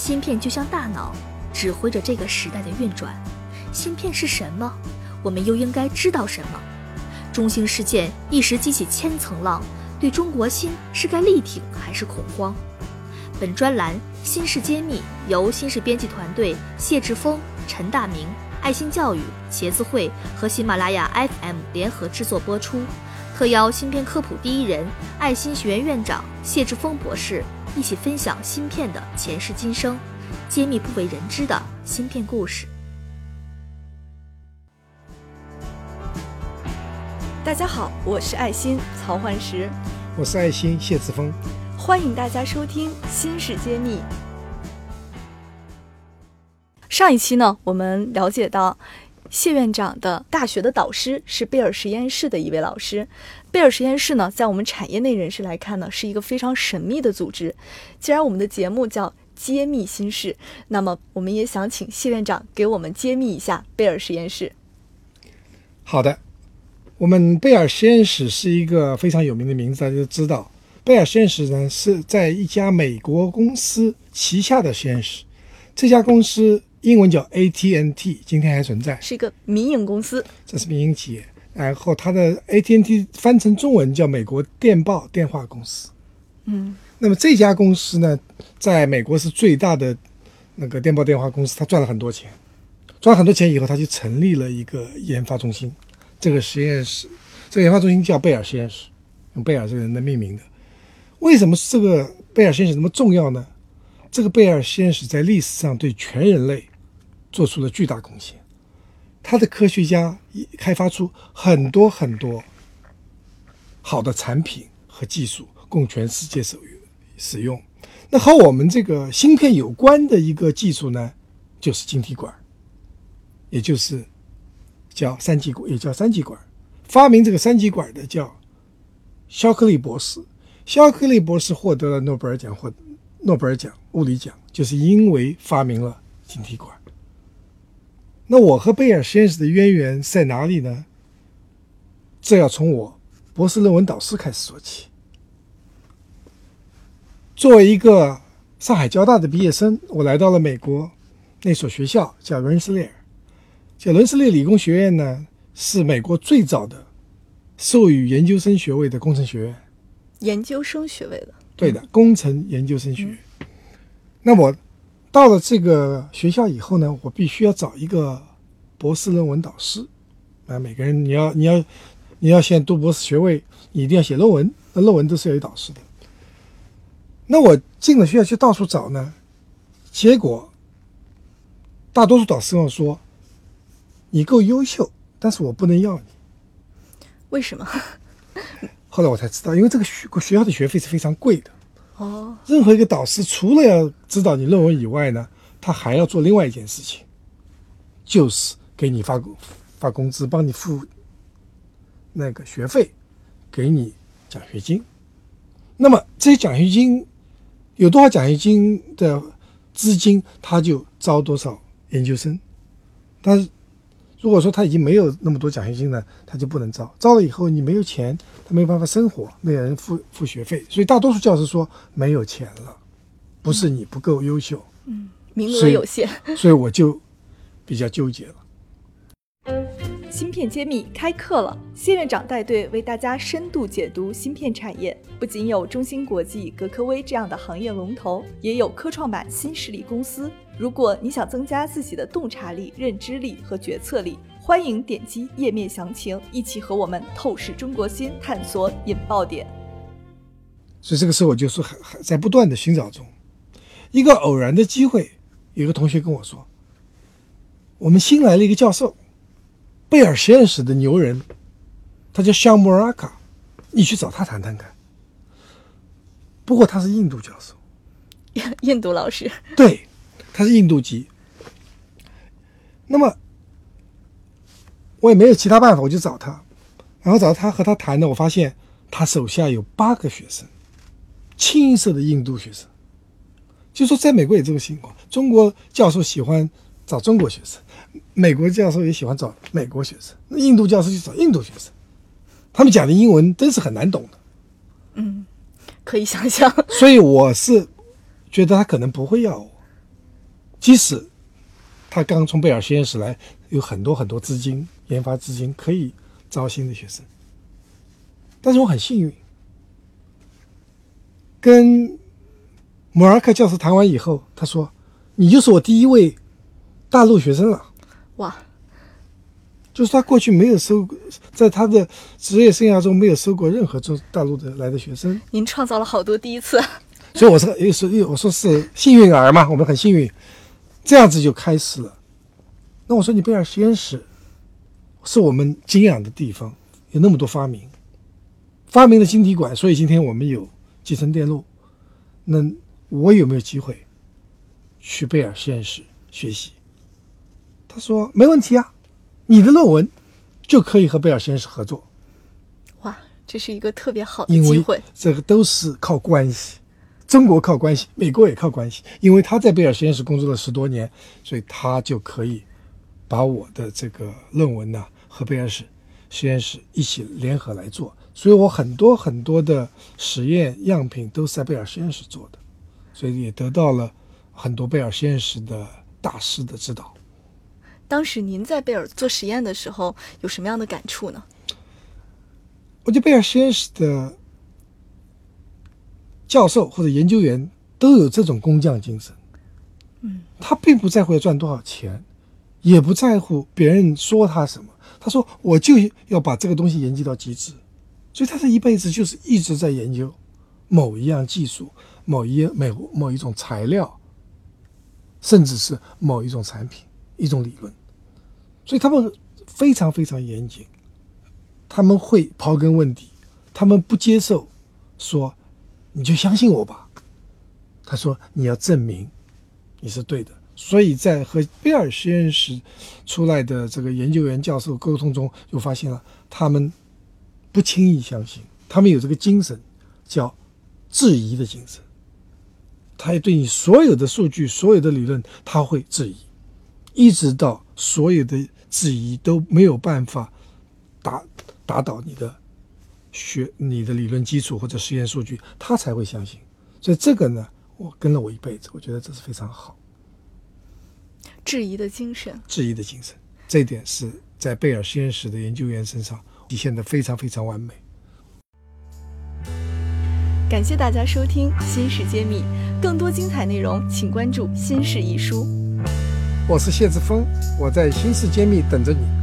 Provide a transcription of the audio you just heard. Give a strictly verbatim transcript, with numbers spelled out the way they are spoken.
芯片就像大脑，指挥着这个时代的运转。芯片是什么？我们又应该知道什么？中兴事件一时激起千层浪，对中国芯是该力挺还是恐慌？本专栏新事揭秘由新事编辑团队谢志峰、陈大明、爱心教育、茄子会和喜马拉雅 F M 联合制作播出，特邀芯片科普第一人、爱心学院院长谢志峰博士一起分享芯片的前世今生，揭秘不为人知的芯片故事。 大家好，我是爱心曹焕石， 我是爱心谢志峰， 欢迎大家收听新事揭秘。上一期呢，我们了解到谢院长的大学的导师是贝尔实验室的一位老师。贝尔实验室呢，在我们产业内人士来看呢，是一个非常神秘的组织。既然我们的节目叫揭秘新事，那么我们也想请谢院长给我们揭秘一下贝尔实验室。 好的，我们贝尔实验室是一个非常有名的名字，大家都知道。贝尔实验室呢，是在一家美国公司旗下的实验室，这家公司英文叫 A T and T， 今天还存在， 是一个民营公司， 这是民营企业。然后它的 A T and T 翻成中文叫美国电报电话公司。 嗯， 那么这家公司呢，在美国是最大的那个电报电话公司，它赚了很多钱，赚了很多钱以后，它就成立了一个研发中心。这个实验室，这个研发中心叫贝尔实验室，用贝尔这个人的命名的。为什么这个贝尔实验室那么重要呢？这个贝尔实验室在历史上对全人类做出了巨大贡献，他的科学家开发出很多很多好的产品和技术，供全世界使用。那和我们这个芯片有关的一个技术呢，就是晶体管，也就是叫三极管，也叫三极管。发明这个三极管的叫肖克利博士。肖克利博士获得了诺贝尔奖或诺贝尔奖物理奖，就是因为发明了晶体管。那我和贝尔实验室的渊源在哪里呢？这要从我博士论文导师开始说起。作为一个上海交大的毕业生，我来到了美国那所学校，叫伦斯列尔。叫伦斯列理工学院呢，是美国最早的授予研究生学位的工程学院。 研究生学位的， 对的，工程研究生学院。嗯、那我到了这个学校以后呢，我必须要找一个博士论文导师。啊，每个人你要你要你要先读博士学位，你一定要写论文，那论文都是要有导师的。那我进了学校去到处找呢，结果大多数导师跟我说，你够优秀，但是我不能要你。 为什么？ 后来我才知道，因为这个学学校的学费是非常贵的。 哦， 任何一个导师除了要知道你论文以外呢，他还要做另外一件事情，就是给你发发工资，帮你付那个学费，给你奖学金。那么这些奖学金有多少奖学金的资金，他就招多少研究生。但是如果说他已经没有那么多奖学金了，他就不能招。招了以后你没有钱，他没有办法生活，没有人付付学费。所以大多数教师说没有钱了，不是你不够优秀， 嗯，名额有限， 所以, 所以我就比较纠结了。 芯片揭秘开课了，谢院长带队为大家深度解读芯片产业。不仅有中芯国际、格科微这样的行业龙头，也有科创板新势力公司。如果你想增加自己的洞察力、认知力和决策力，欢迎点击页面详情，一起和我们透视中国芯，探索引爆点。 所以这个时候我就是在不断的寻找中，一个偶然的机会，有一个同学跟我说，我们新来了一个教授，贝尔实验室的牛人，他叫香莫拉卡，你去找他谈谈看。不过他是印度教授， 印度老师， 对，他是印度籍。那么我也没有其他办法，我就找他，然后找他和他谈呢，我发现他手下有八个学生，清一色的印度学生。就说在美国也这个情况，中国教授喜欢找中国学生，美国教授也喜欢找美国学生，那印度教授就找印度学生，他们讲的英文真是很难懂的。 嗯，可以想象。 所以我是觉得他可能不会要我， 即使他刚从贝尔实验室来，有很多很多资金，研发资金可以招新的学生，但是我很幸运，跟姆尔克教授谈完以后，他说：“你就是我第一位大陆学生了。” 哇！ 就是他过去没有收，在他的职业生涯中没有收过任何中大陆的来的学生。 您创造了好多第一次。 所以我说，有时候我说是幸运儿嘛，我们很幸运，这样子就开始了。那我说，你贝尔实验室是我们敬仰的地方，有那么多发明，发明了晶体管，所以今天我们有集成电路。那我有没有机会去贝尔实验室学习？他说没问题啊，你的论文就可以和贝尔实验室合作。 哇，这是一个特别好的机会。 因为这个都是靠关系，中国靠关系，美国也靠关系。因为他在贝尔实验室工作了十多年，所以他就可以把我的这个论文呢和贝尔实实验室一起联合来做。所以我很多很多的实验样品都是在贝尔实验室做的，所以也得到了很多贝尔实验室的大师的指导。 当时您在贝尔做实验的时候有什么样的感触呢？ 我觉得贝尔实验室的教授或者研究员都有这种工匠精神， 嗯， 他并不在乎要赚多少钱，也不在乎别人说他什么，他说我就要把这个东西研究到极致。所以他这一辈子就是一直在研究某一样技术，某一某某一种材料，甚至是某一种产品，一种理论。所以他们非常非常严谨，他们会刨根问底，他们不接受说你就相信我吧，他说你要证明你是对的。所以在和贝尔实验室出来的这个研究员教授沟通中，就发现了他们不轻易相信，他们有这个精神叫质疑的精神，他对你所有的数据所有的理论他会质疑，一直到所有的质疑都没有办法打打倒你的学你的理论基础或者实验数据，他才会相信。所以这个呢，我跟了我一辈子，我觉得这是非常好。 质疑的精神， 质疑的精神，这一点是在贝尔实验室的研究员身上体现得非常非常完美。 感谢大家收听《新事揭秘》，更多精彩内容请关注《新事一书》。 我是谢志峰，我在新事揭秘等着你。